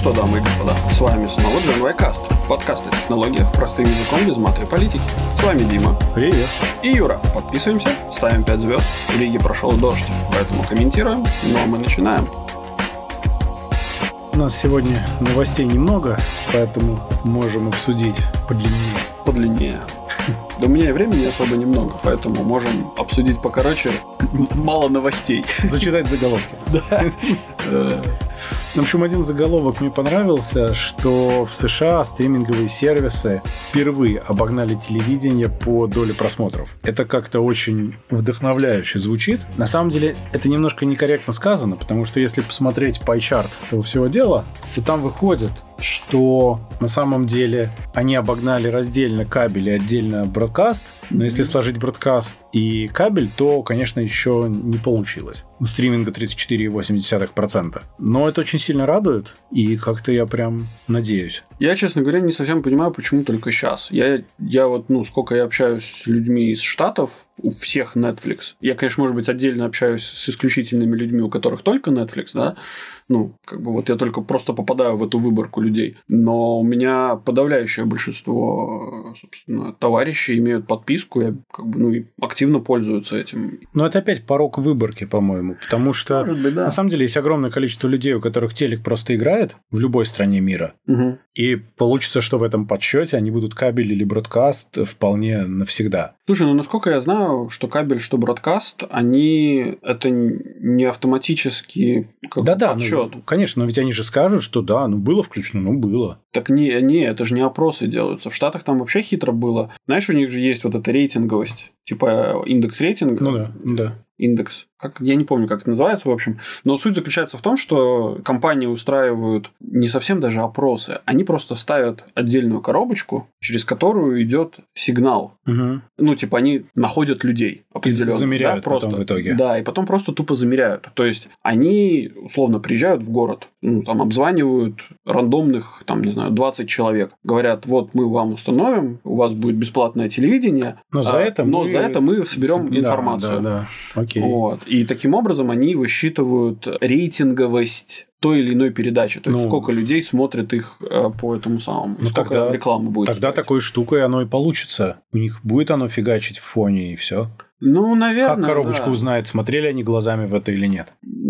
что, дамы и господа, с вами снова GenYcast, подкаст о технологиях простым языком без маты и политики. С вами Дима. Привет. И Юра. Подписываемся, ставим 5 звезд. В лиге прошел дождь, поэтому комментируем. Ну а мы начинаем. У нас сегодня новостей немного, поэтому можем обсудить подлиннее. Подлиннее. Да у меня и времени особо немного, поэтому можем обсудить покороче. Мало новостей. Зачитать заголовки. Да. В общем, один заголовок мне понравился, что в США стриминговые сервисы впервые обогнали телевидение по доле просмотров. Это как-то очень вдохновляюще звучит. На самом деле, это немножко некорректно сказано, потому что если посмотреть пай-чарт этого всего дела, то там выходит, что на самом деле они обогнали раздельно кабель и отдельно бродкаст. Но если сложить бродкаст и кабель, то, конечно, еще не получилось. У стриминга 34,8%. Но это очень сильно радует, и как-то я прям надеюсь. Я, честно говоря, не совсем понимаю, почему только сейчас. Я вот, сколько я общаюсь с людьми из Штатов, у всех Netflix. Я, конечно, может быть, отдельно общаюсь с исключительными людьми, у которых только Netflix, да. Я только просто попадаю в эту выборку людей. Но у меня подавляющее большинство, собственно, товарищей имеют подписку и активно пользуются этим. Но это опять порог выборки, по-моему, потому что Может быть, да. На самом деле есть огромное количество людей, у которых телек просто играет в любой стране мира. Угу. И получится, что в этом подсчете они будут кабель или бродкаст вполне навсегда. Слушай, насколько я знаю, что кабель, что бродкаст, это не автоматически подсчет. Конечно, но ведь они же скажут, что да, было включено, было. Так не, это же не опросы делаются. В Штатах там вообще хитро было. Знаешь, у них же есть вот эта рейтинговость, типа индекс рейтинга. Да. Индекс. Я не помню, как это называется, в общем. Но суть заключается в том, что компании устраивают не совсем даже опросы. Они просто ставят отдельную коробочку, через которую идет сигнал. Угу. Они находят людей определенно. И замеряют просто, потом в итоге. Да, и потом просто тупо замеряют. То есть, они, условно, приезжают в город, обзванивают рандомных, 20 человек. Говорят, вот мы вам установим, у вас будет бесплатное телевидение, но за это мы соберем информацию. Да. Окей. Вот. И таким образом они высчитывают рейтинговость той или иной передачи. То есть, сколько людей смотрят их по этому самому. Сколько тогда рекламы будет. Тогда стоять. такой штукой оно и получится. У них будет оно фигачить в фоне, и все. Наверное, как коробочку да. узнает, смотрели они глазами в это или нет.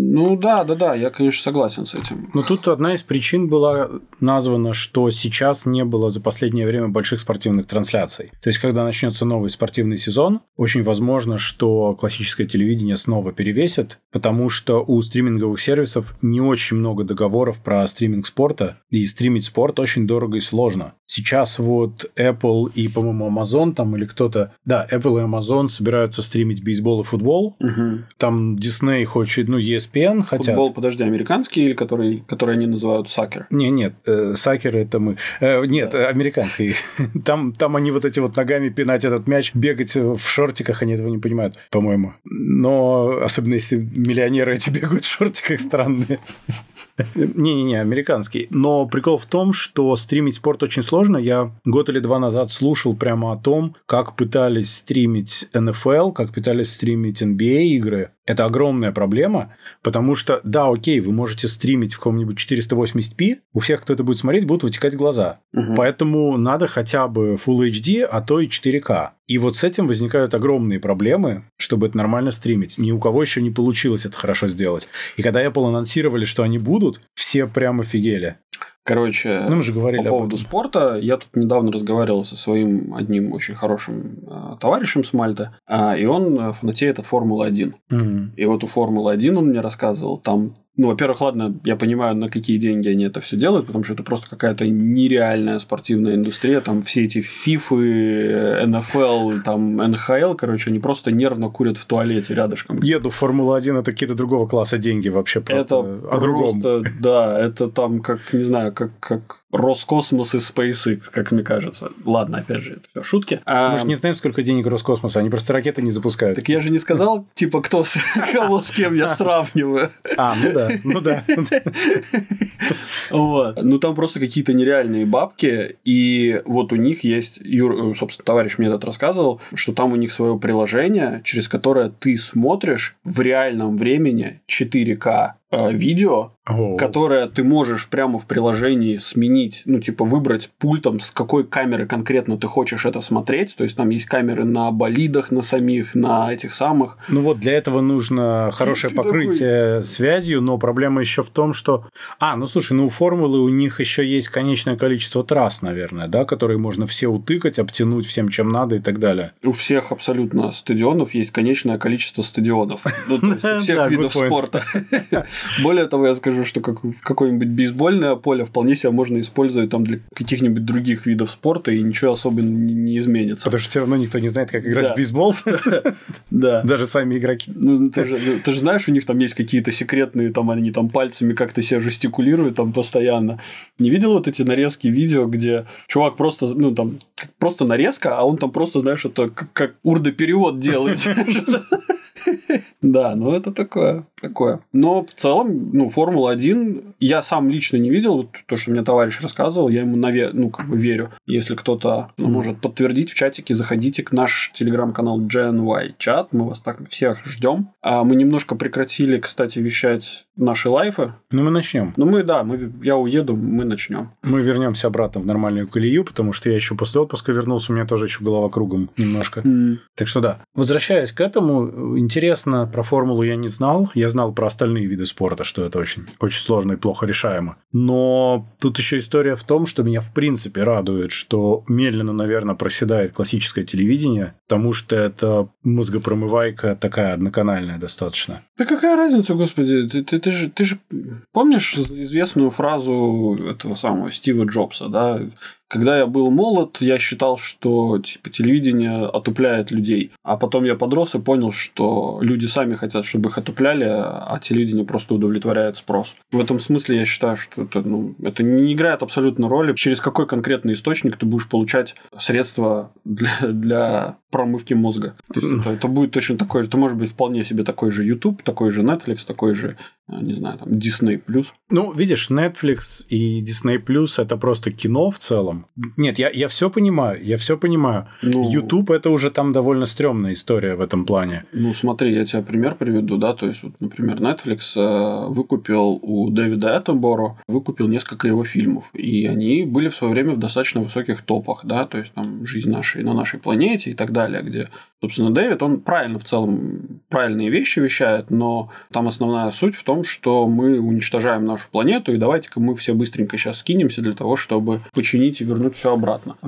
Да, я, конечно, согласен с этим. Но тут одна из причин была названа, что сейчас не было за последнее время больших спортивных трансляций. То есть, когда начнется новый спортивный сезон, очень возможно, что классическое телевидение снова перевесит, потому что у стриминговых сервисов не очень много договоров про стриминг спорта, и стримить спорт очень дорого и сложно. Сейчас вот Apple и, по-моему, Amazon или кто-то... Да, Apple и Amazon собираются стримить бейсбол и футбол. Угу. Там Disney хочет, ESPN хотят. Футбол, подожди, американский или который они называют сакер? Нет, сакер это мы. Нет, да. Американский. Там они вот эти вот ногами пинать этот мяч, бегать в шортиках, они этого не понимают, по-моему. Но особенно если миллионеры эти бегают в шортиках странные. Не, американский. Но прикол в том, что стримить спорт очень сложно. Я год или два назад слушал прямо о том, как пытались стримить NFL, как пытались стримить NBA игры. Это огромная проблема, потому что, да, окей, вы можете стримить в каком-нибудь 480p, у всех, кто это будет смотреть, будут вытекать глаза. Угу. Поэтому надо хотя бы Full HD, а то и 4K. И вот с этим возникают огромные проблемы, чтобы это нормально стримить. Ни у кого еще не получилось это хорошо сделать. И когда Apple анонсировали, что они будут, все прям офигели. Короче, мы же говорили по поводу спорта, я тут недавно разговаривал со своим одним очень хорошим товарищем с Мальты, и он фанатеет от Формулы-1. Mm-hmm. И вот у Формулы-1 он мне рассказывал, там, во-первых, ладно, я понимаю, на какие деньги они это все делают, потому что это просто какая-то нереальная спортивная индустрия, там все эти FIFA, NFL, там НХЛ, они просто нервно курят в туалете рядышком. Еду в Формулу-1, это какие-то другого класса деньги вообще просто это просто, да, это там, не знаю, как Роскосмос и SpaceX, как мне кажется. Ладно, опять же, это все шутки. Мы же не знаем, сколько денег Роскосмоса, они просто ракеты не запускают. Так я же не сказал, кого с кем я сравниваю. Ну да. Вот. Там просто какие-то нереальные бабки, и вот у них есть, собственно, товарищ мне этот рассказывал, что там у них свое приложение, через которое ты смотришь в реальном времени 4К видео, которое ты можешь прямо в приложении сменить, ну, типа, выбрать пультом, с какой камеры конкретно ты хочешь это смотреть. То есть, там есть камеры на болидах, на самих, на этих самых. Ну, вот для этого нужно хорошее покрытие связью, но проблема еще в том, что... ну, слушай, ну, у формулы у них еще есть конечное количество трасс, наверное, да, которые можно все утыкать, обтянуть всем, чем надо и так далее. У всех абсолютно стадионов есть конечное количество стадионов. Ну, то есть, у всех видов спорта. Более того, я скажу, что какое-нибудь бейсбольное поле вполне себя можно использовать там для каких-нибудь других видов спорта, и ничего особо не изменится. Потому что все равно никто не знает, как играть в бейсбол. Да. Даже сами игроки. Ну, ты же знаешь, у них там есть какие-то секретные, там они там пальцами как-то себя жестикулируют там постоянно. Не видел вот эти нарезки видео, где чувак просто, ну, там, просто нарезка, а он там просто, знаешь, это как урдоперевод делает. Да, ну это такое. Но в целом, ну, Формула-1 я сам лично не видел, вот то, что мне товарищ рассказывал, я ему, верю. Если кто-то может подтвердить в чатике, заходите к наш телеграм-канал GNY чат, мы вас так всех ждем. Мы немножко прекратили, кстати, вещать наши лайфы. Ну, мы начнем. Я уеду, мы начнем. Мы вернемся обратно в нормальную колею, потому что я еще после отпуска вернулся, у меня тоже еще голова кругом немножко. Так что да. Возвращаясь к этому, интересно, про формулу я не знал. Я знал про остальные виды спорта, что это очень, очень сложно и плохо решаемо. Но тут еще история в том, что меня в принципе радует, что медленно, наверное, проседает классическое телевидение, потому что это мозгопромывайка такая одноканальная достаточно. Да какая разница, господи? Ты же помнишь известную фразу этого самого Стива Джобса, да? Когда я был молод, я считал, что типа телевидение отупляет людей. А потом я подрос и понял, что люди сами хотят, чтобы их отупляли, а телевидение просто удовлетворяет спрос. В этом смысле я считаю, что это не играет абсолютно роли, через какой конкретный источник ты будешь получать средства для промывки мозга. То есть это будет точно такой же. Это может быть вполне себе такой же YouTube, такой же Netflix, такой же, не знаю, там, Disney+. Ну, видишь, Netflix и Disney+, это просто кино в целом. Нет, я все понимаю, Ну, YouTube – это уже там довольно стрёмная история в этом плане. Ну, смотри, я тебе пример приведу, да, то есть, вот, например, Netflix выкупил у Дэвида Эттенборо, выкупил несколько его фильмов, и они были в свое время в достаточно высоких топах, да, то есть, там, «Жизнь на нашей планете» и так далее, где, собственно, Дэвид, он правильно в целом, правильные вещи вещает, но там основная суть в том, что мы уничтожаем нашу планету, и давайте-ка мы все быстренько сейчас скинемся для того, чтобы починить и вернуть все обратно.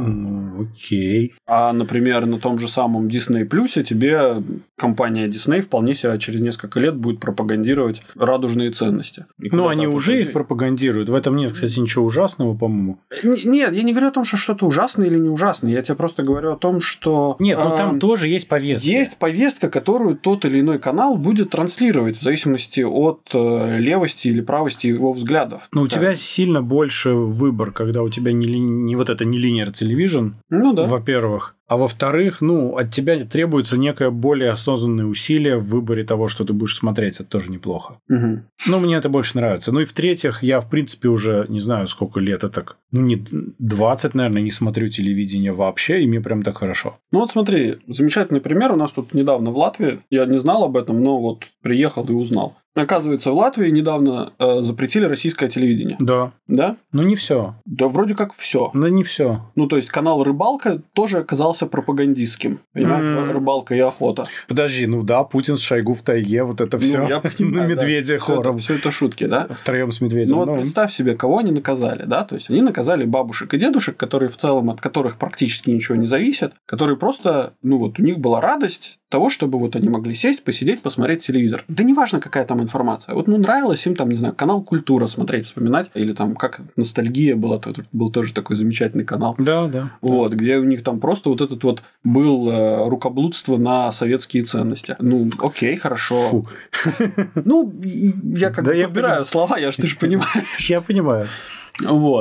Окей. А, например, на том же самом Disney Plus тебе компания Disney вполне себя через несколько лет будет пропагандировать радужные ценности. Ну, они уже их пропагандируют. В этом нет, кстати, ничего ужасного, по-моему. Нет, я не говорю о том, что что-то ужасное или не ужасное. Я тебе просто говорю о том, что... Нет, ну там тоже есть повестка. Есть повестка, которую тот или иной канал будет транслировать в зависимости от левости или правости его взглядов. Но у тебя сильно больше выбор, когда у тебя не вот это не linear television, ну, да. Во-первых. А во-вторых, от тебя требуется некое более осознанное усилие в выборе того, что ты будешь смотреть. Это тоже неплохо. Угу. Но мне это больше нравится. Ну и в-третьих, я, в принципе, уже не знаю, сколько лет это так. Не 20, наверное, не смотрю телевидение вообще, и мне прям так хорошо. Ну вот смотри, замечательный пример. У нас тут недавно в Латвии, я не знал об этом, но вот приехал и узнал. Оказывается, в Латвии недавно запретили российское телевидение. Да. Да? Ну, не все. Да, вроде как все. Но не все. Ну, то есть, канал «Рыбалка» тоже оказался пропагандистским. Понимаешь, «Рыбалка» и «Охота». Подожди, Путин с Шойгу в тайге, вот это все. Я понимаю, на медведя хором. Все это шутки, да? Втроем с медведем. Ну, вот представь себе, кого они наказали, да? То есть, они наказали бабушек и дедушек, которые в целом, от которых практически ничего не зависит, которые просто, у них была радость того, чтобы вот они могли сесть, посидеть, посмотреть телевизор. Да неважно, какая там информация. Вот, нравилось им там, не знаю, канал «Культура» смотреть, вспоминать, или там как «Ностальгия» была, был тоже такой замечательный канал. Да. Вот, где у них там просто вот этот вот был рукоблудство на советские ценности. Окей, хорошо. Фу. Я как бы подбираю слова, ты же понимаешь. Я понимаю. Вот.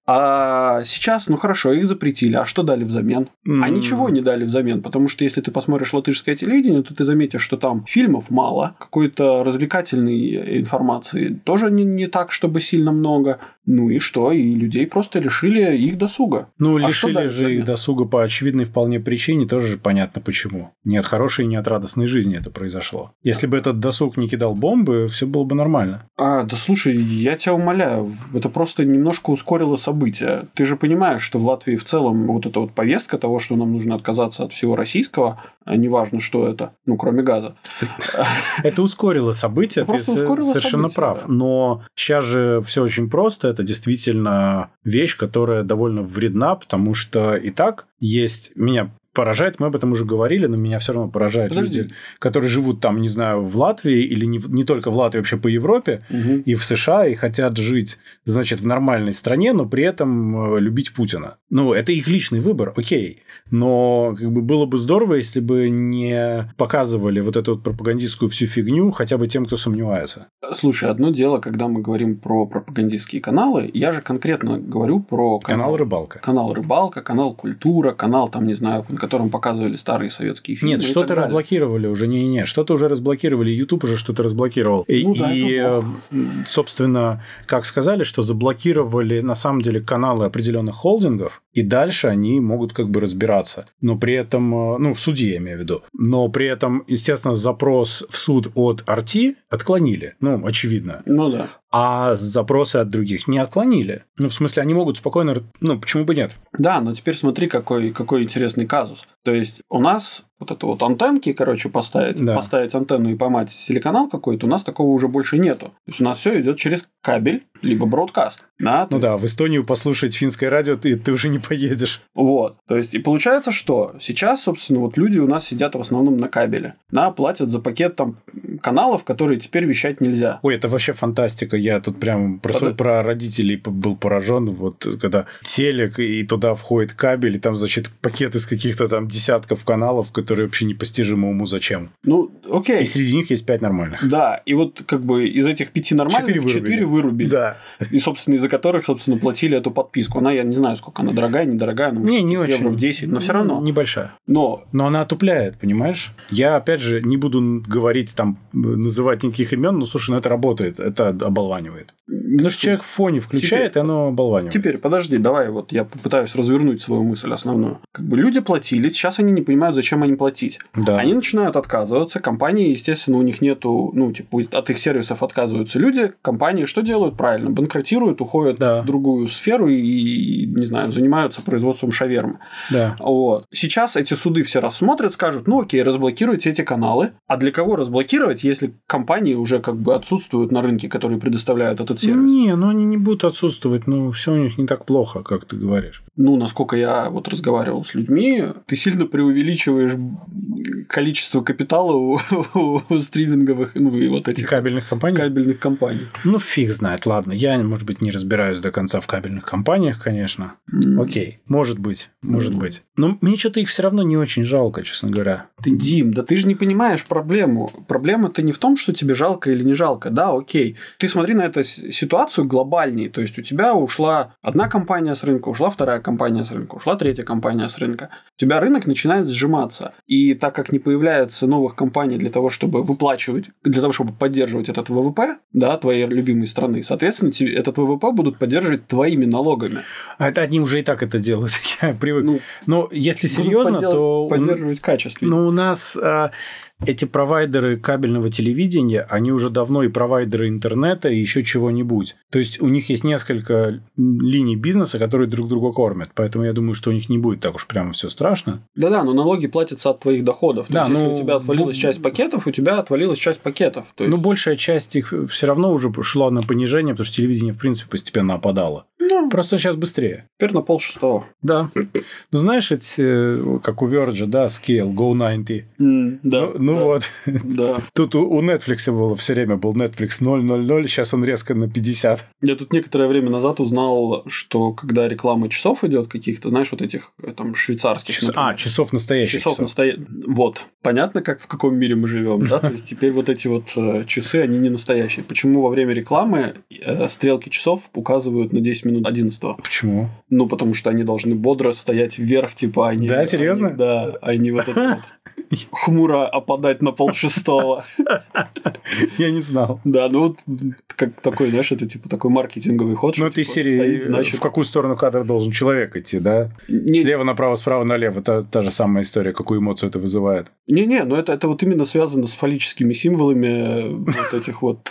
А сейчас, ну хорошо, их запретили. А что дали взамен? А ничего не дали взамен, потому что если ты посмотришь латышское телевидение, то ты заметишь, что там фильмов мало, какой-то развлекательной информации тоже не так, чтобы сильно много. Ну и что? И людей просто лишили их досуга. Ну, лишили же их досуга по очевидной вполне причине, тоже же понятно почему. Не от хорошей, не от радостной жизни это произошло. Если бы этот досуг не кидал бомбы, все было бы нормально. Да слушай, я тебя умоляю, это просто немножко ускорило события. Ты же понимаешь, что в Латвии в целом вот эта вот повестка того, что нам нужно отказаться от всего российского, неважно, что это, ну, кроме газа. Это ускорило события, ты совершенно прав. Но сейчас же все очень просто. Это действительно вещь, которая довольно вредна, потому что и так есть... Меня поражает, мы об этом уже говорили, но меня все равно поражают люди, которые живут там, не знаю, в Латвии или не только в Латвии, вообще по Европе и в США, и хотят жить, значит, в нормальной стране, но при этом любить Путина. Ну, это их личный выбор, окей. Но как бы было бы здорово, если бы не показывали вот эту вот пропагандистскую всю фигню хотя бы тем, кто сомневается. Слушай, одно дело, когда мы говорим про пропагандистские каналы, я же конкретно говорю про канал «Рыбалка». Канал «Рыбалка», канал «Культура», канал, там, не знаю, на котором показывали старые советские фильмы. Нет, что-то разблокировали уже, что-то уже разблокировали, YouTube уже что-то разблокировал. Собственно, как сказали, что заблокировали на самом деле каналы определенных холдингов, и дальше они могут как бы разбираться. Но при этом, ну, в суде я имею в виду, но при этом, естественно, запрос в суд от RT отклонили. Ну, очевидно. Ну да. А запросы от других не отклонили. Ну, в смысле, они могут спокойно... Ну, почему бы нет? Да, но теперь смотри, какой интересный казус. То есть, у нас вот это вот антенки, короче, поставить антенну и поймать телеканал какой-то, у нас такого уже больше нету. То есть, у нас все идет через кабель, либо бродкаст. Да? Ну да, в Эстонию послушать финское радио ты уже не поедешь. Вот. То есть, и получается, что сейчас, собственно, вот люди у нас сидят в основном на кабеле. Да, платят за пакет там каналов, которые теперь вещать нельзя. Ой, это вообще фантастика. Я тут прям про родителей был поражен. Вот когда телек, и туда входит кабель, и там, значит, пакет из каких-то там десятков каналов, которые вообще непостижимо уму зачем. Ну, окей. И среди них есть 5 нормальных. Да, и вот как бы из этих 5 нормальных 4 вырубили. Да. И, собственно, из-за которых, собственно, платили эту подписку. Она, я не знаю, сколько она дорогая, недорогая, но не очень. Евро в 10, но все равно. Небольшая. Но она отупляет, понимаешь? Я, опять же, не буду говорить там, называть никаких имен, но, слушай, это работает, это оболванивает. Потому что человек в фоне включает, и оно оболванивает. Теперь, подожди, давай вот я попытаюсь развернуть свою мысль основную. Как бы люди платили, сейчас они не понимают, зачем они платить. Да. Они начинают отказываться, компании, естественно, у них нету, ну, типа, от их сервисов отказываются люди, компании что делают? Правильно, банкротируют, уходят в другую сферу и, не знаю, занимаются производством шавермы. Да. Вот. Сейчас эти суды все рассмотрят, скажут, ну, окей, разблокируйте эти каналы. А для кого разблокировать, если компании уже как бы отсутствуют на рынке, которые предоставляют этот сервис? Не, ну они не будут отсутствовать, но все у них не так плохо, как ты говоришь. Ну, насколько я вот разговаривал с людьми, ты сильно преувеличиваешь количество капитала у стриминговых, ну, и вот этих кабельных компаний. Ну, фиг знает, ладно. Я, может быть, не разбираюсь до конца в кабельных компаниях, конечно. Окей, может быть. Но мне что-то их все равно не очень жалко, честно говоря. Дим, да ты же не понимаешь проблему. Проблема-то не в том, что тебе жалко или не жалко. Да, окей. Ты смотри на эту ситуацию глобальней. То есть, у тебя ушла одна компания с рынка, ушла вторая компания с рынка, ушла третья компания с рынка. У тебя рынок начинает сжиматься. И так как не появляется новых компаний для того, чтобы выплачивать, для того, чтобы поддерживать этот ВВП, да, твоей любимой страны, соответственно, этот ВВП будут поддерживать твоими налогами. А это они уже и так это делают. Я привык. Но если серьезно, то... Поддерживать качество. Ну, у нас... Эти провайдеры кабельного телевидения, они уже давно и провайдеры интернета, и еще чего-нибудь. То есть, у них есть несколько линий бизнеса, которые друг друга кормят. Поэтому я думаю, что у них не будет так уж прямо все страшно. Да-да, но налоги платятся от твоих доходов. То есть, если у тебя отвалилась часть пакетов, у тебя отвалилась часть пакетов. То есть... Ну, большая часть их все равно уже шла на понижение, потому что телевидение, в принципе, постепенно опадало. Просто сейчас быстрее. Теперь на 5:30. Да. Ну, знаешь, эти, как у Verge, да, Scale, Go 90. Да. Ну вот. Да. Тут у Netflix было все время, был Netflix 000, сейчас он резко на 50. Я тут некоторое время назад узнал, что когда реклама часов идет каких-то, знаешь, вот этих там швейцарских. Часов настоящих. Вот. Понятно, в каком мире мы живем, да? То есть, теперь вот эти вот часы, они не настоящие. Почему во время рекламы стрелки часов указывают на 10 минут минут 11. Почему? Ну, потому что они должны бодро стоять вверх, типа они... Да, серьезно? Они вот это вот хмуро опадать на 5:30. Я не знал. Да, ну вот как такой, знаешь, это типа такой маркетинговый ход. Ну, ты серии, в какую сторону кадр должен человек идти, да? Слева направо, справа налево. Это та же самая история, какую эмоцию это вызывает. Не-не, но это вот именно связано с фаллическими символами вот этих вот...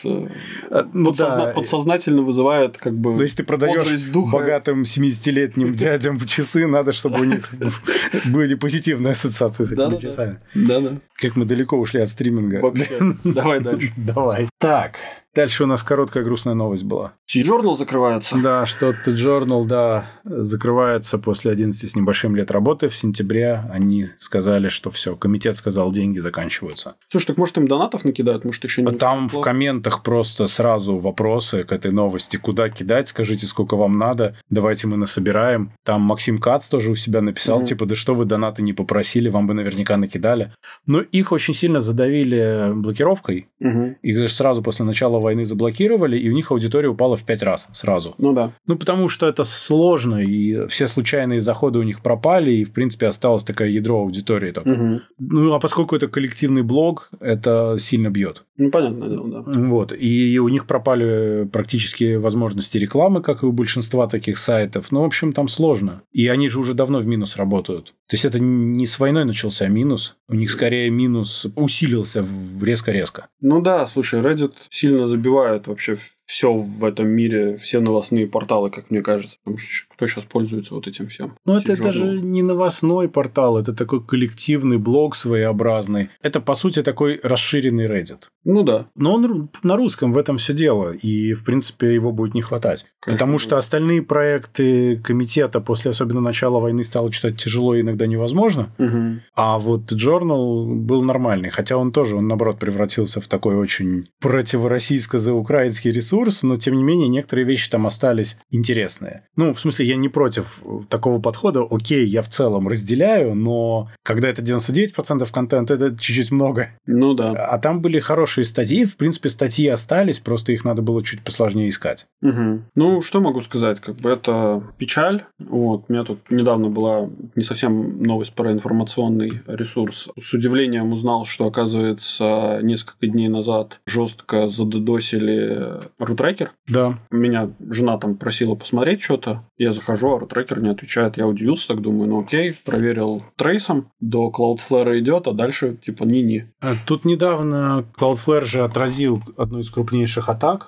Подсознательно вызывает как бы... Но если ты продаешь богатым 70-летним дядям часы, надо, чтобы у них были позитивные ассоциации с этими часами. Да-да. Как мы далеко ушли от стриминга. Вообще. Давай дальше. Давай. Так. Дальше у нас короткая грустная новость была. T-Journal закрывается. Да, что T-Journal, да, закрывается после 11 с небольшим лет работы. В сентябре они сказали, что все, комитет сказал, деньги заканчиваются. Слушай, так может им донатов накидают? Может, еще не... Там в комментах просто сразу вопросы к этой новости. Куда кидать? Скажите, сколько вам надо. Давайте мы насобираем. Там Максим Кац тоже у себя написал, типа, да что вы донаты не попросили, вам бы наверняка накидали. Но их очень сильно задавили блокировкой. Их же сразу после начала войны заблокировали, и у них аудитория упала в 5 раз сразу. Ну да. Ну, потому что это сложно, и все случайные заходы у них пропали, и, в принципе, осталось такое ядро аудитории. Ну, а поскольку это коллективный блог, это сильно бьет. Ну, понятно, да. Вот. И у них пропали практически возможности рекламы, как и у большинства таких сайтов. Ну, в общем, там сложно. И они же уже давно в минус работают. То есть, это не с войной начался минус. У них, скорее, минус усилился резко-резко. Ну да, слушай, Reddit сильно забивает вообще все в этом мире, все новостные порталы, как мне кажется. Потому что кто сейчас пользуется вот этим всем? Ну, это даже не новостной портал, это такой коллективный блог своеобразный. Это, по сути, такой расширенный Reddit. Ну да. Но он на русском, в этом все дело. И, в принципе, его будет не хватать. Конечно, потому что остальные проекты комитета после особенно начала войны стало читать тяжело и иногда невозможно. А вот Journal был нормальный. Хотя он тоже, наоборот, превратился в такой очень противороссийско-заукраинский ресурс, но, тем не менее, некоторые вещи там остались интересные. Ну, в смысле, я не против такого подхода. Окей, я в целом разделяю, но когда это 99% контента, это чуть-чуть много. Ну да. А там были хорошие статьи. В принципе, статьи остались, просто их надо было чуть посложнее искать. Ну, что могу сказать? Как бы это печаль. Вот. У меня тут недавно была не совсем новость про информационный ресурс. С удивлением узнал, что, оказывается, несколько дней назад жестко задедосили RootRacker. Да. Меня жена там просила посмотреть что-то. Я захожу, а RootRacker не отвечает. Я удивился, так думаю, ну окей. Проверил трейсом. До Cloudflare идет, а дальше типа ни-ни. Тут недавно Cloudflare же отразил одну из крупнейших атак.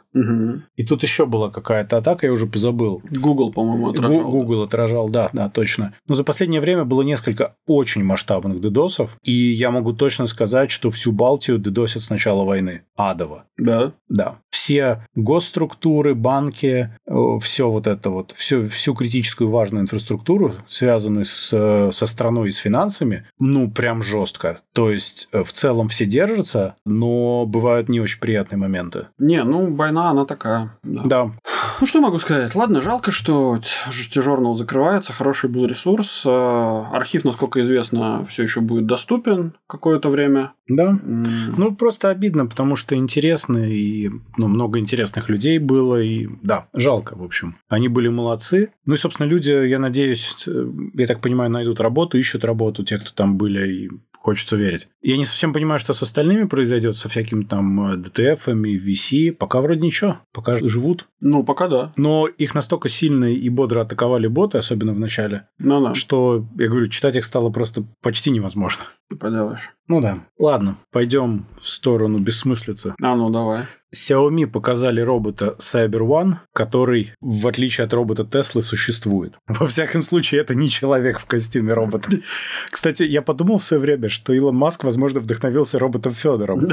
И тут еще была какая-то атака, я уже позабыл. Google, по-моему, отражал. Google отражал, да, точно. Но за последнее время было несколько очень масштабных дедосов. И я могу точно сказать, что всю Балтию дедосят с начала войны. Адово. Да? Да. Все госструктуры, банки, все вот это вот, всю критическую важную инфраструктуру, связанную со страной и с финансами, ну, прям жестко. То есть, в целом все держатся, но бывают не очень приятные моменты. Не, ну, война, она такая. Да. Ну, что могу сказать? Ладно, жалко, что T-Journal закрывается, хороший был ресурс. Архив, насколько известно, все еще будет доступен какое-то время. Да. Ну, просто обидно, потому что интересно, и много интересных людей было, и да, жалко, в общем. Они были молодцы. Ну, и, собственно, люди, я надеюсь, я так понимаю, найдут работу, ищут работу, те, кто там были, и хочется верить. Я не совсем понимаю, что с остальными произойдет, со всякими там DTF-ами, VC. Пока вроде ничего, пока живут. Ну, пока да. Но их настолько сильно и бодро атаковали боты, особенно в начале, что, я говорю, читать их стало просто почти невозможно. Ты поделаешь. Ну да. Ладно, пойдем в сторону бессмыслицы. Ну давай. Xiaomi показали робота Cyber One, который, в отличие от робота Tesla, существует. Во всяком случае, это не человек в костюме робота. Кстати, я подумал в свое время, что Илон Маск, возможно, вдохновился роботом Федором.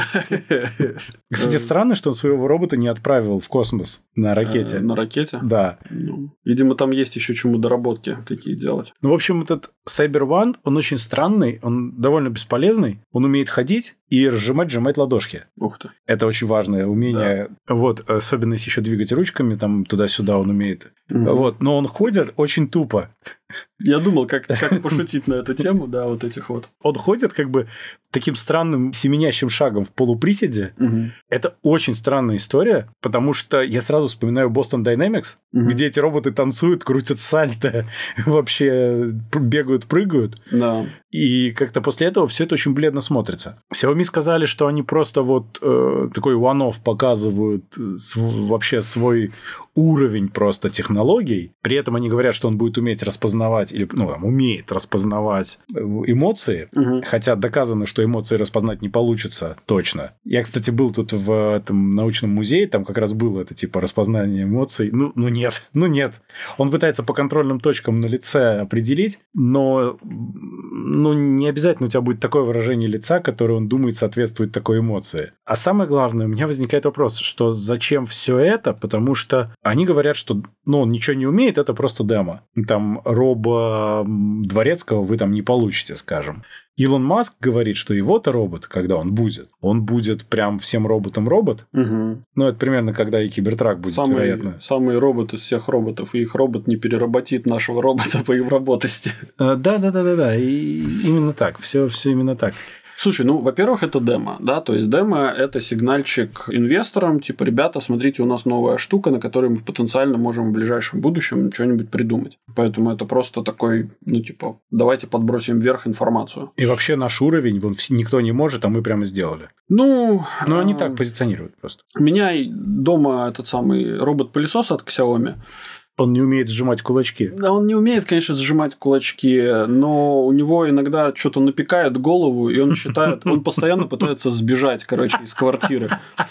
Кстати, странно, что он своего робота не отправил в космос на ракете. На ракете? Да. Видимо, там есть еще чему доработки какие делать. Ну, в общем, этот Cyber One, он очень странный, он довольно бесполезный, он умеет ходить и сжимать ладошки. Ух ты. Это очень важное умение. Да. Вот, особенно если еще двигать ручками, там туда-сюда он умеет. Вот, но он ходит очень тупо. Я думал, как пошутить на эту тему, да, вот этих вот. Он ходит как бы таким странным семенящим шагом в полуприседе. Это очень странная история, потому что я сразу вспоминаю Boston Dynamics, где эти роботы танцуют, крутят сальто, вообще бегают, прыгают. Да. И как-то после этого все это очень бледно смотрится. Xiaomi сказали, что они просто вот такой one-off показывают вообще свой уровень просто технологий. При этом они говорят, что он будет уметь распознавать, или умеет распознавать эмоции. Хотя доказано, что эмоции распознать не получится точно. Я, кстати, был тут в этом научном музее, там как раз было это типа распознание эмоций. Нет. Он пытается по контрольным точкам на лице определить, но не обязательно у тебя будет такое выражение лица, которое он думает соответствует такой эмоции. А самое главное, у меня возникает вопрос, что зачем все это? Потому что они говорят, что он ничего не умеет, это просто демо. Там роба Дворецкого вы там не получите, скажем. Илон Маск говорит, что его-то робот, когда он будет прям всем роботом робот. Это примерно когда и Кибертрак будет, вероятно. Самый робот из всех роботов, и их робот не переработит нашего робота по работости. Да. И именно так. Все именно так. Слушай, во-первых, это демо, да, то есть демо – это сигнальчик инвесторам, типа, ребята, смотрите, у нас новая штука, на которой мы потенциально можем в ближайшем будущем что-нибудь придумать. Поэтому это просто такой, давайте подбросим вверх информацию. И вообще наш уровень, никто не может, а мы прямо сделали. Они так позиционируют просто. У меня дома этот самый робот-пылесос от Xiaomi. Он не умеет сжимать кулачки. Да, он не умеет, конечно, сжимать кулачки, но у него иногда что-то напекает голову, и он постоянно пытается сбежать, из квартиры.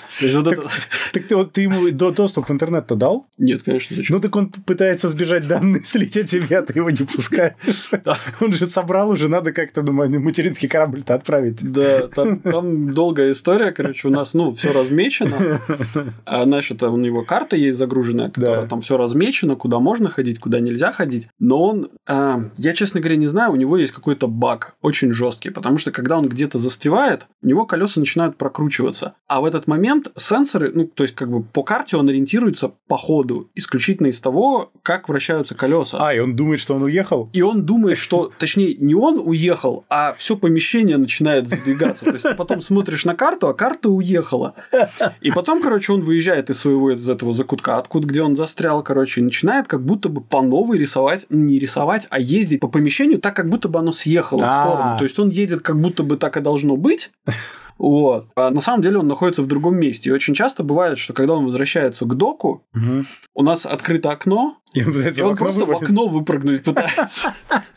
Так ты ему доступ в интернет-то дал? Нет, конечно, зачем? Так он пытается сбежать данные слить от тебя, ты его не пускаешь. Он же собрал уже, надо как-то материнский корабль-то отправить. Да, там долгая история, у нас, все размечено. Значит, у него карта есть загруженная, которая там все размечено, куда можно ходить, куда нельзя ходить. Но он, я, честно говоря, не знаю, у него есть какой-то баг очень жесткий, потому что когда он где-то застревает, у него колеса начинают прокручиваться. А в этот момент сенсоры, то есть по карте он ориентируется по ходу, исключительно из того, как вращаются колеса. И он думает, что он уехал? И он думает, что, точнее, не он уехал, а все помещение начинает задвигаться. То есть ты потом смотришь на карту, а карта уехала. И потом, он выезжает из этого закутка, где он застрял, начинает как будто бы по новой не рисовать, а ездить по помещению так, как будто бы оно съехало в сторону. То есть он едет, как будто бы так и должно быть. Вот. А на самом деле он находится в другом месте. И очень часто бывает, что когда он возвращается к доку, у нас открыто окно, и он просто в окно выпрыгнуть пытается.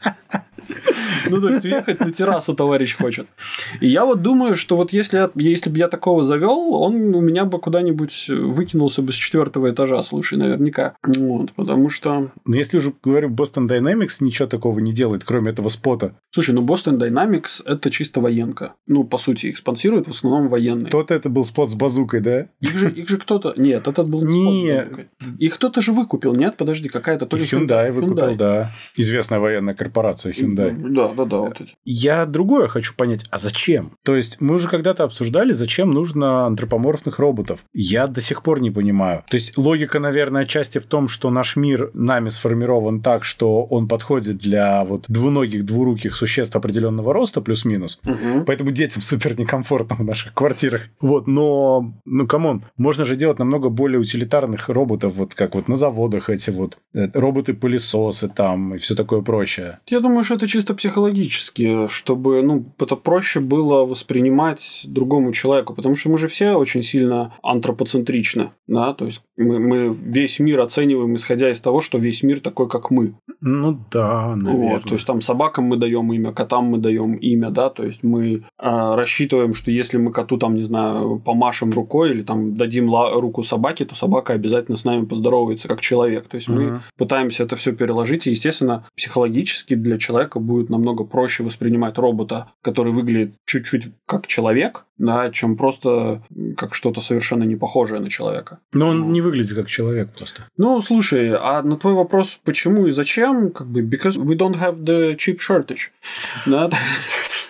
То есть въехать на террасу товарищ хочет. И я думаю, что если бы я такого завел, он у меня бы куда-нибудь выкинулся бы с 4-го этажа, слушай, наверняка. Потому что... Но если уже говорю, Boston Dynamics ничего такого не делает, кроме этого спота. Слушай, Boston Dynamics – это чисто военка. По сути, их спонсируют в основном военные. Тот это был спот с базукой, да? Их же кто-то... Нет, этот был не спот с базукой. Их кто-то же выкупил, нет? Подожди, какая-то... Hyundai выкупил, да. Известная военная корпорация Hyundai. Да. Вот эти. Я другое хочу понять, а зачем? То есть мы уже когда-то обсуждали, зачем нужно антропоморфных роботов. Я до сих пор не понимаю. То есть логика, наверное, отчасти в том, что наш мир нами сформирован так, что он подходит для двуногих, двуруких существ определенного роста, плюс-минус. Поэтому детям супер некомфортно в наших квартирах. Но, камон, можно же делать намного более утилитарных роботов, как на заводах эти роботы-пылесосы там и все такое прочее. Я думаю, что это чисто психологически, чтобы это проще было воспринимать другому человеку, потому что мы же все очень сильно антропоцентричны, да, то есть мы весь мир оцениваем, исходя из того, что весь мир такой, как мы. Да, наверное. То есть там собакам мы даем имя, котам мы даем имя, да, то есть мы рассчитываем, что если мы коту там, не знаю, помашем рукой или там дадим руку собаке, то собака обязательно с нами поздоровается как человек. То есть мы пытаемся это все переложить, и, естественно, психологически для человека будет намного проще воспринимать робота, который выглядит чуть-чуть как человек, да, чем просто как что-то совершенно не похожее на человека. Но он не выглядит как человек просто. Слушай, а на твой вопрос, почему и зачем, because we don't have the chip shortage. Да?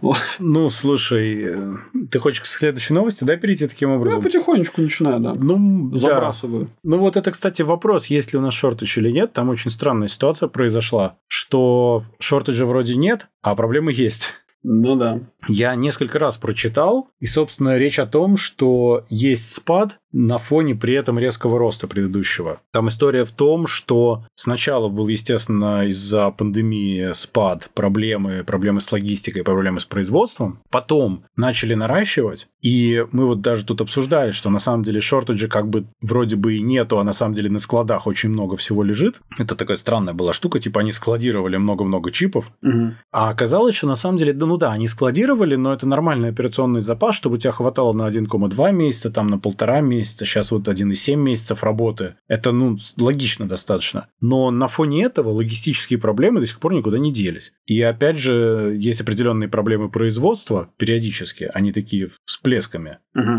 Ну, слушай, ты хочешь к следующей новости, да, перейти таким образом? Я потихонечку начинаю, да. Ну, забрасываю. Да. Ну, вот это, кстати, вопрос, есть ли у нас шортидж или нет. Там очень странная ситуация произошла, что шортиджа вроде нет, а проблемы есть. Ну да. Я несколько раз прочитал, и, собственно, речь о том, что есть спад на фоне при этом резкого роста предыдущего. Там история в том, что сначала был, естественно, из-за пандемии спад, проблемы с логистикой, проблемы с производством. Потом начали наращивать, и мы вот даже тут обсуждали, что на самом деле шортиджа как бы вроде бы и нету, а на самом деле на складах очень много всего лежит. Это такая странная была штука, типа они складировали много-много чипов, а оказалось, что на самом деле, ну да, они складировали, но это нормальный операционный запас, чтобы у тебя хватало на 1,2 месяца, там на 1,5 месяца. Сейчас вот 1,7 месяцев работы. Это, ну, логично достаточно. Но на фоне этого логистические проблемы до сих пор никуда не делись. И опять же, есть определенные проблемы производства периодически, они такие всплесками.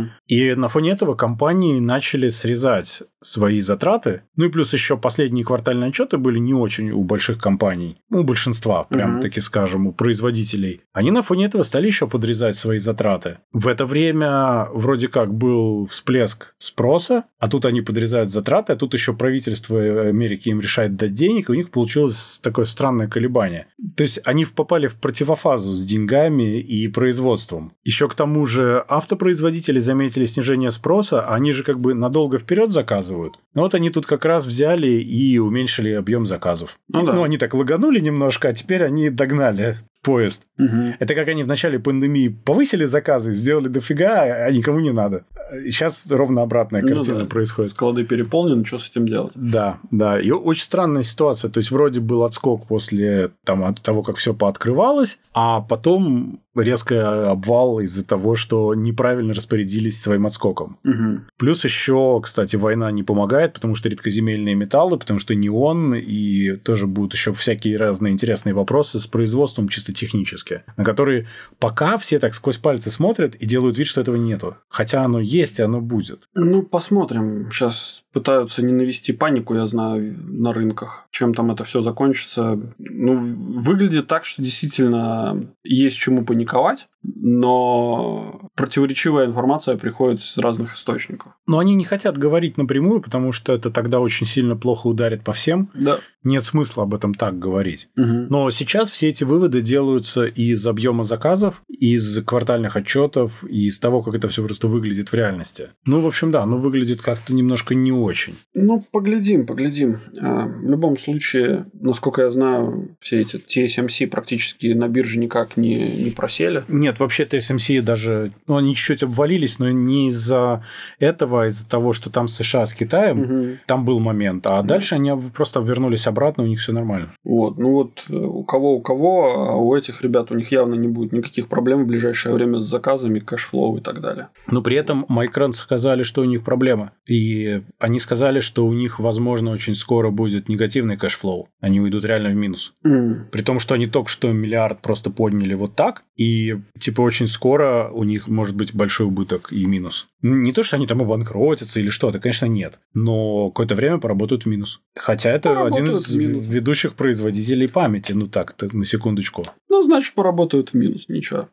И на фоне этого компании начали срезать свои затраты. Ну и плюс еще последние квартальные отчеты были не очень у больших компаний. У большинства, прям таки скажем, у производителей. Они на фоне этого стали еще подрезать свои затраты. В это время вроде как был всплеск спроса, а тут они подрезают затраты, а тут еще правительство Америки им решает дать денег, и у них получилось такое странное колебание. То есть они попали в противофазу с деньгами и производством. Еще к тому же автопроизводители заметили снижение спроса, а они же как бы надолго вперед заказывают. Но вот они тут как раз взяли и уменьшили объем заказов. Ну, они так лаганули немножко, а теперь они догнали поезд. Это как они в начале пандемии повысили заказы, сделали дофига, а никому не надо. И сейчас ровно обратная картина происходит. Склады переполнены, что с этим делать? Да, да. И очень странная ситуация. То есть, вроде был отскок после от того, как все пооткрывалось, а потом резкий обвал из-за того, что неправильно распорядились своим отскоком. Плюс еще, кстати, война не помогает, потому что редкоземельные металлы, потому что неон, и тоже будут еще всякие разные интересные вопросы с производством чисто технически, на которые пока все так сквозь пальцы смотрят и делают вид, что этого нету. Хотя оно есть, и оно будет. Ну, посмотрим. Сейчас пытаются не навести панику, я знаю, на рынках. Чем там это все закончится. Ну, выглядит так, что действительно есть чему паниковать, но противоречивая информация приходит из разных источников. Но они не хотят говорить напрямую, потому что это тогда очень сильно плохо ударит по всем. Да. Нет смысла об этом так говорить. Но сейчас все эти выводы делаются из объема заказов, из квартальных отчетов, и из того, как это все просто выглядит в реальности. Ну, в общем, да, выглядит как-то немножко не очень. Ну, поглядим. В любом случае, насколько я знаю, все эти TSMC практически на бирже никак не просели. Нет, вообще TSMC даже... Ну, они чуть-чуть обвалились, но не из-за этого, а из-за того, что там США с Китаем, там был момент. А дальше они просто вернулись обратно, у них все нормально. Вот. Ну, вот у кого, а у этих ребят у них явно не будет никаких проблем в ближайшее время с заказами, кэшфлоу и так далее. Но при этом Micron сказали, что у них проблема. И они сказали, что у них, возможно, очень скоро будет негативный кэшфлоу. Они уйдут реально в минус. При том, что они только что миллиард просто подняли вот так, и типа очень скоро у них может быть большой убыток и минус. Не то, что они там обанкротятся или что-то, конечно, нет. Но какое-то время поработают в минус. Хотя это один из ведущих производителей памяти. Ну так, на секундочку. Ну, значит, поработают в минус. Ничего.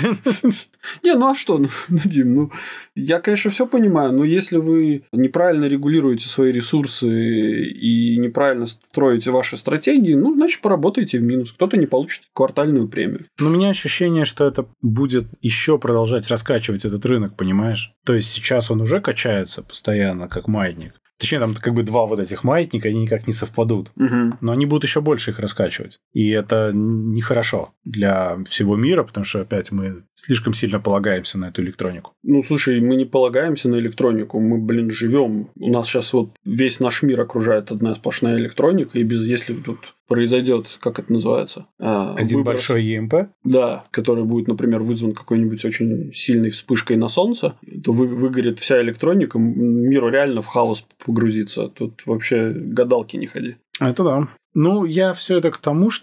Не, ну а что, Дим, я, конечно, все понимаю, но если вы неправильно регулируете свои ресурсы и неправильно строите ваши стратегии, ну, значит, поработаете в минус. Кто-то не получит квартальную премию. Но у меня ощущение, что это будет еще продолжать раскачивать этот рынок, понимаешь? То есть сейчас он уже качается постоянно, как маятник. Точнее, там как бы два вот этих маятника, они никак не совпадут. Но они будут еще больше их раскачивать. И это нехорошо для всего мира, потому что опять мы слишком сильно полагаемся на эту электронику. Ну, слушай, мы не полагаемся на электронику, мы, живем. У нас сейчас вот весь наш мир окружает одна сплошная электроника, и если тут произойдет, как это называется? Один выброс, большой ЕМП? Да, который будет, например, вызван какой-нибудь очень сильной вспышкой на Солнце, то выгорит вся электроника, мир реально в хаос погрузится. Тут вообще гадалки не ходи. Это да. Ну, я все это к тому, что это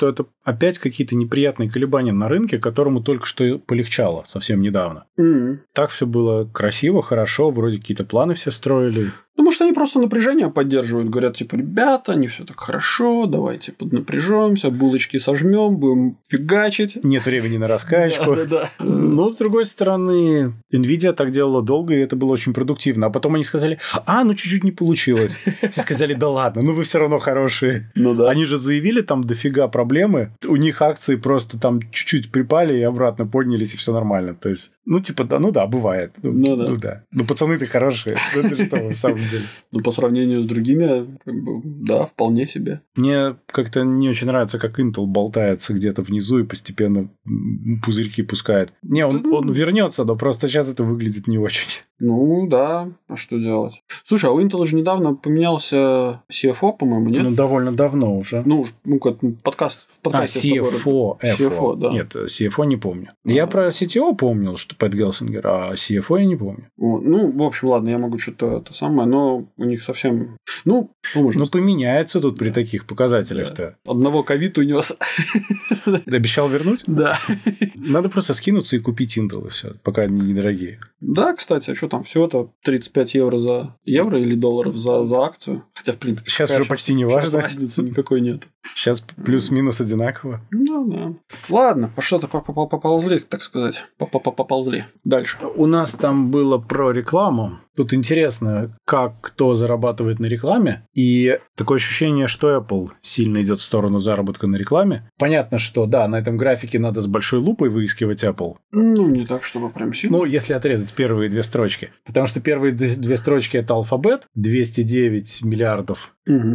опять какие-то неприятные колебания на рынке, которому только что полегчало совсем недавно. Так все было красиво, хорошо, вроде какие-то планы все строили. Ну, может, они просто напряжение поддерживают. Говорят, типа, ребята, не все так хорошо, давайте поднапряжемся, булочки сожмем, будем фигачить. Нет времени на раскачку. Но, с другой стороны, Nvidia так делала долго, и это было очень продуктивно. А потом они сказали, ну, чуть-чуть не получилось. Все сказали, да ладно, ну, вы все равно хорошие. Ну, да. Они же заявили, там дофига проблемы. У них акции просто там чуть-чуть припали и обратно поднялись, и все нормально. То есть, ну, типа, да, бывает. Ну, да. Ну, пацаны-то хорошие. Это что, в самом деле. Ну, по сравнению с другими, да, вполне себе. Мне как-то не очень нравится, как Intel болтается где-то внизу и постепенно пузырьки пускает. Не, он вернется, но просто сейчас это выглядит не очень. Ну, да, а что делать? Слушай, а у Intel же недавно поменялся CFO, по-моему, нет? Ну, довольно давно уже. Ну, как подкаст в подкасте. CFO, да. Нет, CFO не помню. Я про CTO помнил, что Пэт Гелсингер, а CFO я не помню. Ну, в общем, ладно, я могу что-то это самое, но у них совсем... Ну, что можно сказать? Поменяется тут при таких показателях-то. Да. Одного ковид унес. Ты обещал вернуть? Да. Надо просто скинуться и купить Intel, и все, пока они недорогие. Да, кстати, а что там, всего-то 35 евро или долларов за акцию. Хотя, в принципе... Сейчас уже почти не важно. Разницы никакой нет. Сейчас плюс-минус одинаково. Ну, да. Ладно, что-то поползли, так сказать. Поползли. Дальше. У нас там было про рекламу. Тут интересно, как кто зарабатывает на рекламе. И такое ощущение, что Apple сильно идет в сторону заработка на рекламе. Понятно, что да, на этом графике надо с большой лупой выискивать Apple. Ну, не так, чтобы прям сильно. Ну, если отрезать первые две строчки. Потому что первые две строчки это Alphabet, 209 миллиардов.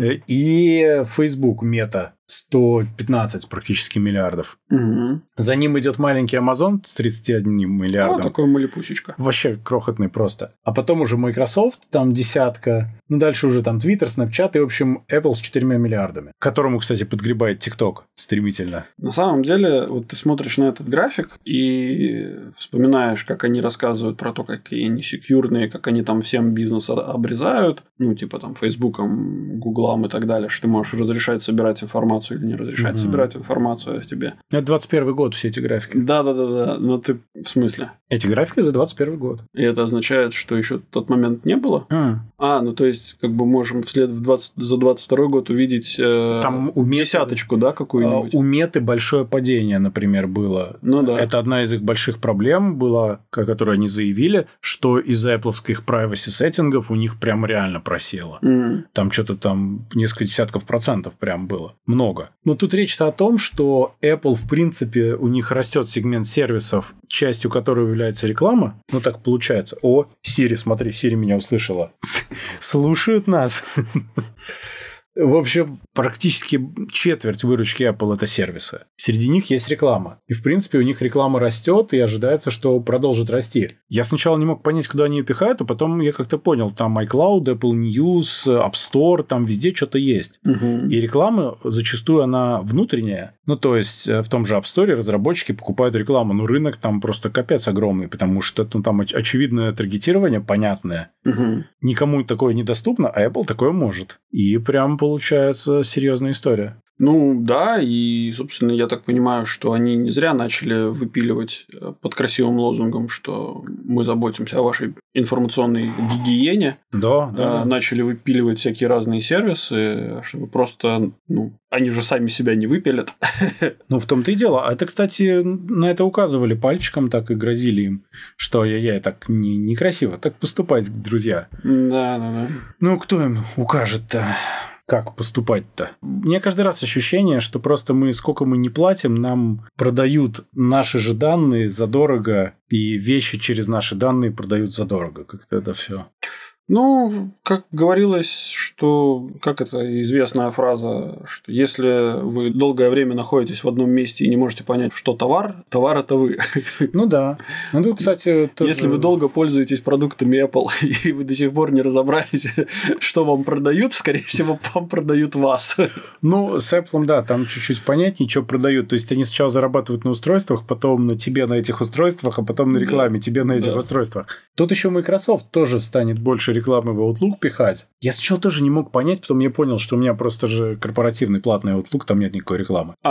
И Facebook, Meta, 115 практически миллиардов. За ним идет маленький Amazon с 31 миллиардом. Такой малипусечка. Вообще крохотный просто. А потом уже Microsoft, там десятка. Ну, дальше уже там Twitter, Snapchat и, в общем, Apple с 4 миллиардами. К которому, кстати, подгребает TikTok стремительно. На самом деле, вот ты смотришь на этот график и вспоминаешь, как они рассказывают про то, какие они секьюрные, как они там всем бизнес обрезают. Ну, типа там Фейсбуком, Гуглам и так далее, что ты можешь разрешать собирать информацию или не разрешать собирать информацию о тебе. Это 21 год все эти графики. Да. Но ты в смысле? Эти графики за 21 год. И это означает, что еще тот момент не было? Ну то есть, как бы можем за 22 год увидеть там десяточку, да, какую-нибудь? У Меты большое падение, например, было. Ну да. Это одна из их больших проблем была, которую они заявили, что из-за Apple'овских privacy сеттингов у них прям реально просело. Там что-то там несколько десятков процентов прям было. Много. Но тут речь-то о том, что Apple, в принципе, у них растет сегмент сервисов, частью которого является реклама. Ну, так получается. О, Siri, смотри, Siri меня услышала. Слушают нас. В общем, практически четверть выручки Apple – это сервисы. Среди них есть реклама. И, в принципе, у них реклама растет, и ожидается, что продолжит расти. Я сначала не мог понять, куда они ее пихают, а потом я как-то понял. Там iCloud, Apple News, App Store, там везде что-то есть. И реклама зачастую она внутренняя. Ну, то есть, в том же App Store разработчики покупают рекламу. Но рынок там просто капец огромный, потому что там очевидное таргетирование, понятное. Никому такое недоступно, а Apple такое может. И прям получается серьезная история. Ну да, и, собственно, я так понимаю, что они не зря начали выпиливать под красивым лозунгом, что мы заботимся о вашей информационной гигиене. Да. Начали выпиливать всякие разные сервисы, чтобы просто, они же сами себя не выпилят. Ну, в том-то и дело. А это, кстати, на это указывали пальчиком, так и грозили им, что ай-яй-яй, так некрасиво, так поступать, друзья. Да. Ну, кто им укажет-то? Как поступать-то? У меня каждый раз ощущение, что просто сколько мы не платим, нам продают наши же данные задорого, и вещи через наши данные продают задорого. Как-то это все. Ну, как говорилось, что, как это известная фраза, что если вы долгое время находитесь в одном месте и не можете понять, что товар это вы. Ну да. Ну тут, кстати, тоже... Если вы долго пользуетесь продуктами Apple и вы до сих пор не разобрались, что вам продают, скорее всего, вам продают вас. Ну, с Apple, да, там чуть-чуть понятнее, что продают. То есть они сначала зарабатывают на устройствах, потом на тебе на этих устройствах, а потом на рекламе тебе на этих устройствах. Тут еще Microsoft тоже станет больше рекламы в Outlook пихать. Я сначала тоже не мог понять, потом я понял, что у меня просто же корпоративный платный Outlook, там нет никакой рекламы.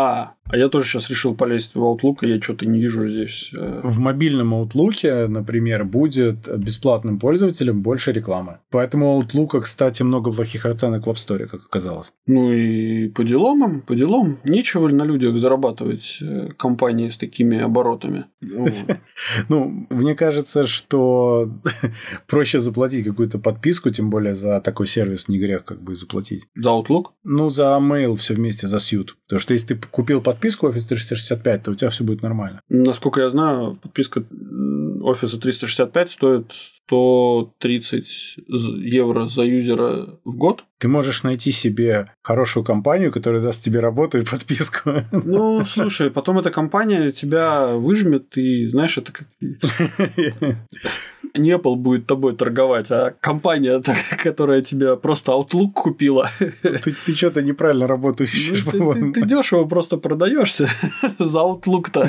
А я тоже сейчас решил полезть в Outlook, и я что-то не вижу здесь. В мобильном Outlook, например, будет бесплатным пользователям больше рекламы. Поэтому у Outlook, кстати, много плохих оценок в App Store, как оказалось. Ну и по делам им, по делам. Нечего ли на людях зарабатывать компании с такими оборотами? Ну, мне кажется, что проще заплатить какую-то подписку, тем более за такой сервис не грех как бы заплатить. За Outlook? Ну, за Mail все вместе, за Suite. Потому что если ты купил подписку Office 365, то у тебя все будет нормально. Насколько я знаю, подписка Office 365 стоит 130 евро за юзера в год. Ты можешь найти себе хорошую компанию, которая даст тебе работу и подписку. Ну, слушай, потом эта компания тебя выжмет, и, знаешь, это как... Не Apple будет тобой торговать, а компания, которая тебе просто Outlook купила. Ты что-то неправильно работу ищешь, по-моему. Ты дешево просто продаешься за Outlook-то.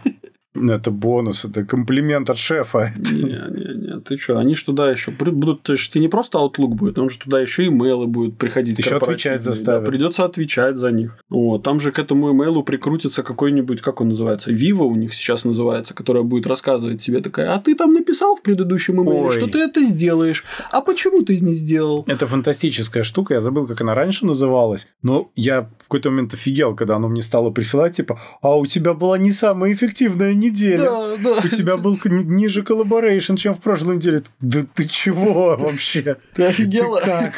Это бонус, это комплимент от шефа. Не, ты что, они же туда еще будут, ты не просто Outlook будет, он же туда еще имейлы будут приходить. Еще отвечать заставят. Да, придется отвечать за них. Вот, там же к этому имейлу прикрутится какой-нибудь, как он называется, Viva у них сейчас называется, которая будет рассказывать тебе такая, а ты там написал в предыдущем имейле, что ты это сделаешь, а почему ты не сделал? Это фантастическая штука, я забыл, как она раньше называлась, но я в какой-то момент офигел, когда оно мне стало присылать, типа, а у тебя была не самая эффективная неделя. Да. У тебя был ниже коллаборейшн, чем в прошлой неделе. Да ты чего вообще? Ты офигела? Ты как?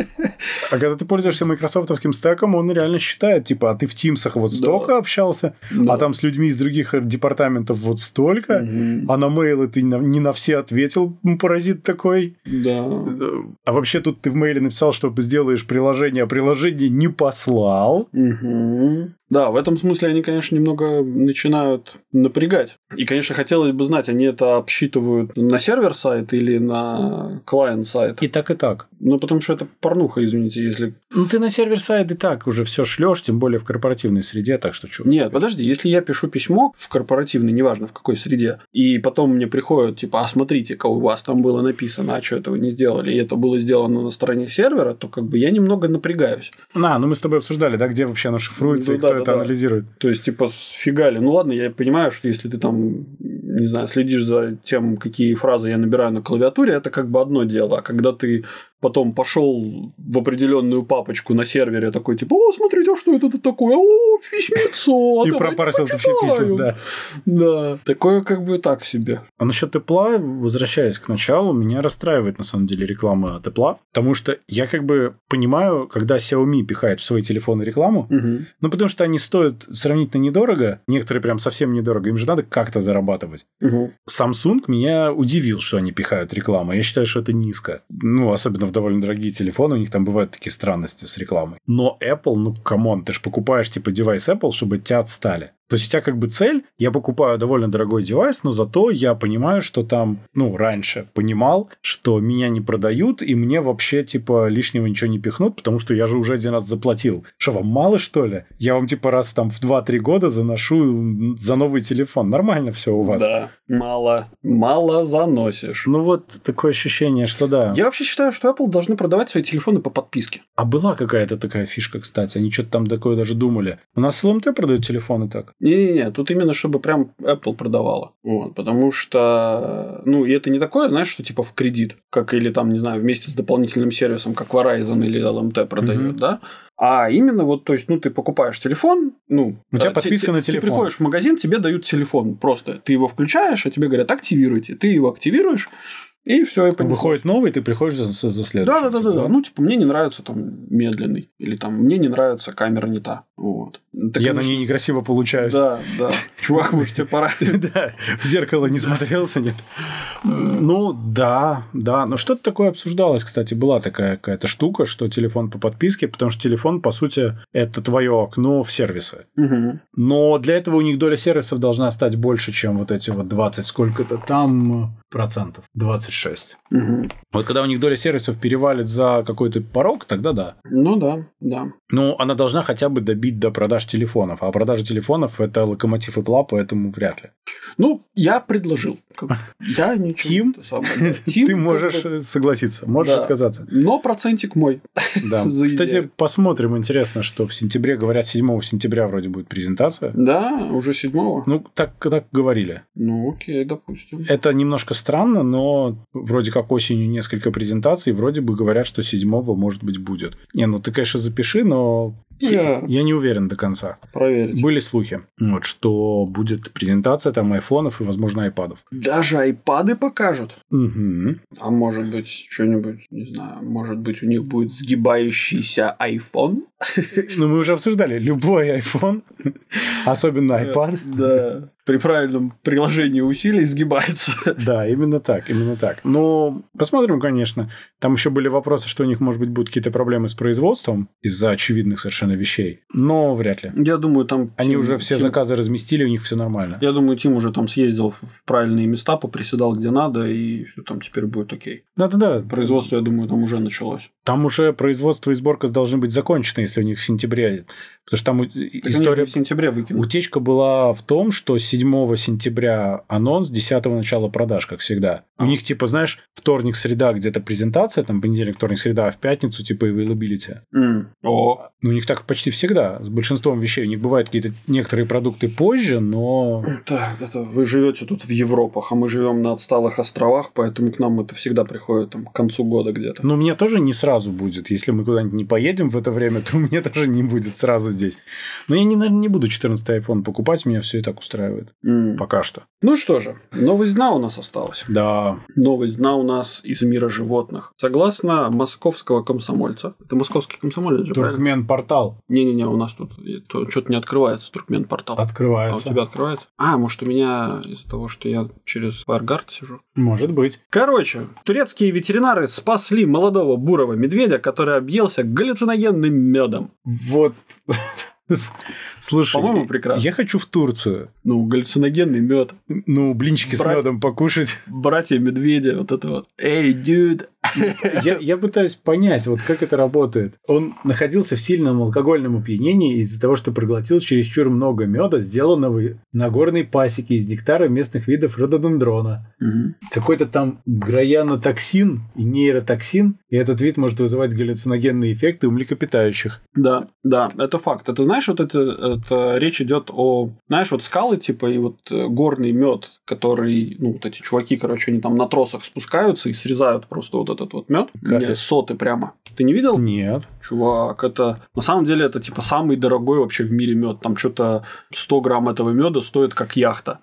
А когда ты пользуешься майкрософтовским стеком, он реально считает, типа, а ты в Тимсах вот столько общался, а там с людьми из других департаментов вот столько, а на мейлы ты не на все ответил, паразит такой. Да. А вообще тут ты в мейле написал, что сделаешь приложение, а приложение не послал. Да, в этом смысле они, конечно, немного начинают напрягать. И, конечно, хотелось бы знать, они это обсчитывают на сервер-сайт или на клиент-сайт. И так, и так. Ну, потому что это порнуха, извините, если... Ну, ты на сервер-сайт и так уже все шлешь, тем более в корпоративной среде, так что что? Нет, подожди, если я пишу письмо в корпоративной, неважно в какой среде, и потом мне приходят, типа, а смотрите-ка, у вас там было написано, а что этого не сделали, и это было сделано на стороне сервера, то как бы я немного напрягаюсь. Ну мы с тобой обсуждали, да, где вообще оно шифруется, и кто это анализирует. То есть, типа, сфигали. Ну, ладно, я понимаю, что если ты там, не знаю, следишь за тем, какие фразы я набираю на клавиатуре, это как бы одно дело. А когда ты потом пошел в определенную папочку на сервере, такой, типа, о, смотрите, а что это такое? О, письмецо. И пропарсил ты все письма, да. Да, такое как бы так себе. А насчет Apple, возвращаясь к началу, меня расстраивает, на самом деле, реклама от Apple, потому что я как бы понимаю, когда Xiaomi пихает в свои телефоны рекламу, ну, потому что они стоят сравнительно недорого, некоторые прям совсем недорого, им же надо как-то зарабатывать. Samsung меня удивил, что они пихают рекламу. Я считаю, что это низко. Ну, особенно в довольно дорогие телефоны, у них там бывают такие странности с рекламой. Но Apple, ну, камон, ты же покупаешь, типа, девайс Apple, чтобы от тебя отстали. То есть у тебя как бы цель, я покупаю довольно дорогой девайс, но зато я понимаю, что там, ну, раньше понимал, что меня не продают, и мне вообще, типа, лишнего ничего не пихнут, потому что я же уже один раз заплатил. Что, вам мало, что ли? Я вам, типа, раз там в 2-3 года заношу за новый телефон. Нормально все у вас? Да, мало заносишь. Ну, вот такое ощущение, что да. Я вообще считаю, что Apple должны продавать свои телефоны по подписке. А была какая-то такая фишка, кстати, они что-то там такое даже думали. У нас LMT продают телефоны так. Не-не-не, тут именно, чтобы прям Apple продавала. Вот, потому что, ну, и это не такое, знаешь, что типа в кредит, как или там, не знаю, вместе с дополнительным сервисом, как Verizon или LMT продает, да? А именно вот, то есть, ну, ты покупаешь телефон, ну... У тебя подписка на телефон. Ты приходишь в магазин, тебе дают телефон просто. Ты его включаешь, а тебе говорят, активируйте. Ты его активируешь, и все, и понеслось. Выходит новый, ты приходишь за следующим. Да. Ну, типа, мне не нравится там медленный. Или там, мне не нравится камера не та. Вот. Так, я на ней некрасиво получаюсь. Да. Чувак, может, тебе пора. Да, в зеркало не смотрелся, нет? Ну, да. Но что-то такое обсуждалось, кстати. Была такая какая-то штука, что телефон по подписке, потому что телефон, по сути, это твое окно в сервисы. Но для этого у них доля сервисов должна стать больше, чем вот эти вот 20, сколько-то там процентов. 26 5-6. Угу. Вот когда у них доля сервисов перевалит за какой-то порог, тогда да. Ну да, да. Ну, она должна хотя бы добить до продаж телефонов. А продажа телефонов – это локомотив Apple, поэтому вряд ли. Ну, я предложил. Я ничего. Тим, ты можешь согласиться, можешь отказаться. Но процентик мой. Да. Кстати, посмотрим. Интересно, что в сентябре, говорят, 7 сентября вроде будет презентация. Да, уже 7. Ну, так говорили. Ну, окей, допустим. Это немножко странно, но вроде как осенью несколько презентаций, вроде бы говорят, что 7 может быть будет. Не, ну ты, конечно, запиши, но я не уверен до конца. Проверить. Были слухи, вот, что будет презентация там айфонов и, возможно, айпадов. Даже айпады покажут? Угу. А может быть, что-нибудь, не знаю, может быть, у них будет сгибающийся iPhone? Ну, мы уже обсуждали, любой iPhone, особенно iPad. Да. При правильном приложении усилий сгибается. Да, именно так, именно так. Ну, посмотрим, конечно. Там еще были вопросы, что у них, может быть, будут какие-то проблемы с производством из-за очевидных совершенно вещей. Но вряд ли. Я думаю, там... Они уже все заказы разместили, у них все нормально. Я думаю, Тим уже там съездил в правильные места, поприседал где надо, и все там теперь будет окей. Да-да-да. Производство, я думаю, там уже началось. Там уже производство и сборка должны быть закончены, если у них в сентябре. Потому что там история... в сентябре выкинули. Утечка была в том, что 7 сентября анонс, 10 начала продаж, как всегда. У них, типа, знаешь, вторник, среда где-то презентация, там понедельник, вторник, среда, а в пятницу, типа, availability. О. Ну, у них так почти всегда, с большинством вещей. У них бывают какие-то некоторые продукты позже, но... Так, это вы живете тут в Европах, а мы живем на отсталых островах, поэтому к нам это всегда приходит там, к концу года где-то. Ну, мне тоже не сразу будет. Если мы куда-нибудь не поедем в это время, то мне тоже не будет сразу здесь. Но я, наверное, не буду 14-й iPhone покупать, меня все и так устраивает. Пока что. Ну что же, новость дна у нас осталась. Да. Новость дна у нас из мира животных. Согласно московского комсомольца. Это московский комсомолец же, правильно? Туркмен-портал. Не-не-не, у нас тут что-то не открывается, Туркмен-портал. Открывается. А у тебя открывается? Может, у меня из-за того, что я через WireGuard сижу? Может быть. Короче, турецкие ветеринары спасли молодого бурого медведя, который объелся галлюциногенным медом. Вот... Слушай, по-моему, прекрасно. Я хочу в Турцию. Ну, галлюциногенный мед. Ну, блинчики с медом покушать. Братья медведя, вот это вот. Эй, дюд! Я пытаюсь понять, вот как это работает. Он находился в сильном алкогольном опьянении из-за того, что проглотил чересчур много меда, сделанного на горной пасеке из нектара местных видов рододендрона. Угу. Какой-то там граянотоксин и нейротоксин, и этот вид может вызывать галлюциногенные эффекты у млекопитающих. Да, да, это факт. Это знаешь, вот это речь идет о, знаешь, вот скалы типа и вот горный мед, который, ну, вот эти чуваки, короче, они там на тросах спускаются и срезают просто вот этот вот мед. Соты прямо. Ты не видел? Нет. Чувак, это на самом деле это типа самый дорогой вообще в мире мед. Там что-то 100 грамм этого меда стоит как яхта.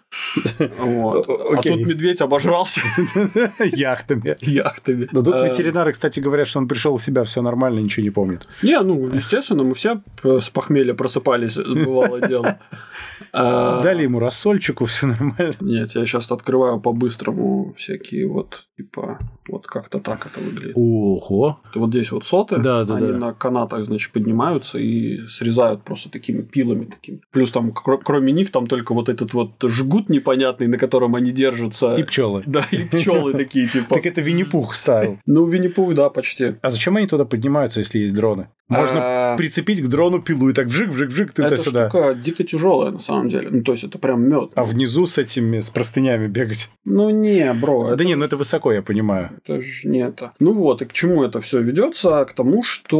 А тут медведь обожрался яхтами. Но тут ветеринары, кстати, говорят, что он пришел в себя, все нормально, ничего не помнит. Не, ну, естественно, мы все с похмелья просыпались, бывало дело. Дали ему рассольчику, все нормально. Нет, я сейчас открываю по-быстрому всякие вот, типа, вот как-то так это выглядит. Ого. Вот здесь вот соты, они на канатах, значит, поднимаются и срезают просто такими пилами. Такими. Плюс там, кроме них, там только вот этот вот жгут непонятный, на котором они держатся. И пчелы. Да, и пчелы такие, типа. Так это Винни-Пух ставил. Ну, Винни-Пух, да, почти. А зачем они туда поднимаются, если есть дроны? Можно прицепить к дрону пилу и так вжик-вжик-вжик туда-сюда. Это штука дико тяжелая на самом деле. Ну, то есть, это прям мед. А внизу с простынями бегать? Ну, не, бро. Да не, ну это высоко, я понимаю. Это же не это. Ну вот, и к чему это все ведется? К тому,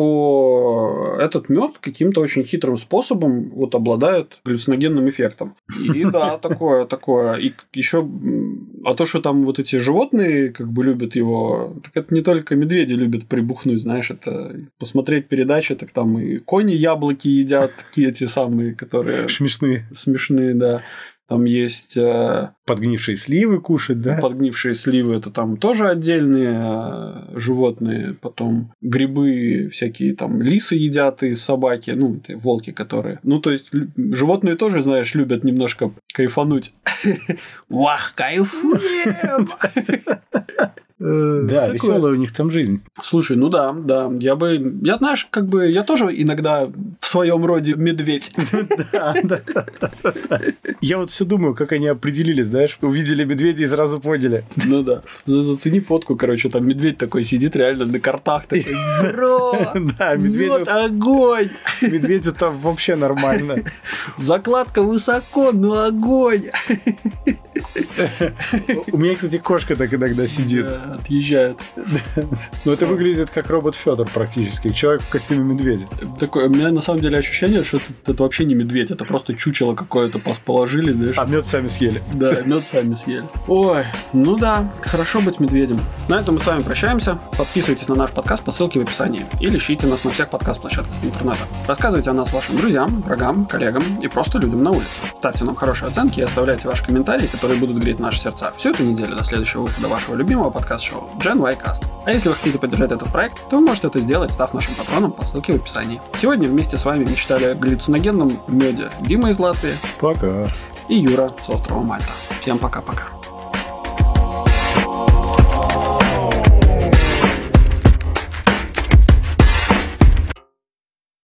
что этот мед каким-то очень хитрым способом вот обладает галлюциногенным эффектом. И да, такое. И еще, а то, что там вот эти животные как бы любят его, так это не только медведи любят прибухнуть, знаешь, это посмотреть передачи, так там и кони яблоки едят, такие эти самые, которые... Смешные, да. Там есть... Подгнившие сливы кушать, да? Подгнившие сливы – это там тоже отдельные животные. Потом грибы всякие, там лисы едят и собаки, ну, волки, которые... Ну, то есть, животные тоже, знаешь, любят немножко кайфануть. Вах, кайфуем! Да, веселая у них там жизнь. Слушай, ну да. Я, знаешь, я тоже иногда в своем роде медведь. Да. Я вот все думаю, как они определили, знаешь, увидели медведя и сразу поняли. Ну да. Зацени фотку, короче, там медведь такой сидит реально на картах, такой, бро, да, медведь вот огонь. Медведю там вообще нормально. Закладка высоко, но огонь. У меня, кстати, кошка так иногда сидит. Да, отъезжает. Но это выглядит как робот Федор практически. Человек в костюме медведя. Такое, у меня на самом деле ощущение, что это вообще не медведь, это просто чучело какое-то положили, знаешь. А мед сами съели. Да, мед сами съели. Ой, ну да, хорошо быть медведем. На этом мы с вами прощаемся. Подписывайтесь на наш подкаст по ссылке в описании. Или ищите нас на всех подкаст-площадках интернета. Рассказывайте о нас вашим друзьям, врагам, коллегам и просто людям на улице. Ставьте нам хорошие оценки и оставляйте ваши комментарии, которые будут греть наши сердца всю эту неделю до следующего выхода вашего любимого подкаст-шоу Gen Y Cast. А если вы хотите поддержать этот проект, то вы можете это сделать, став нашим патроном по ссылке в описании. Сегодня вместе с вами мечтали о галлюциногенном меде Дима из Латвии. Пока. И Юра с острова Мальта. Всем пока-пока.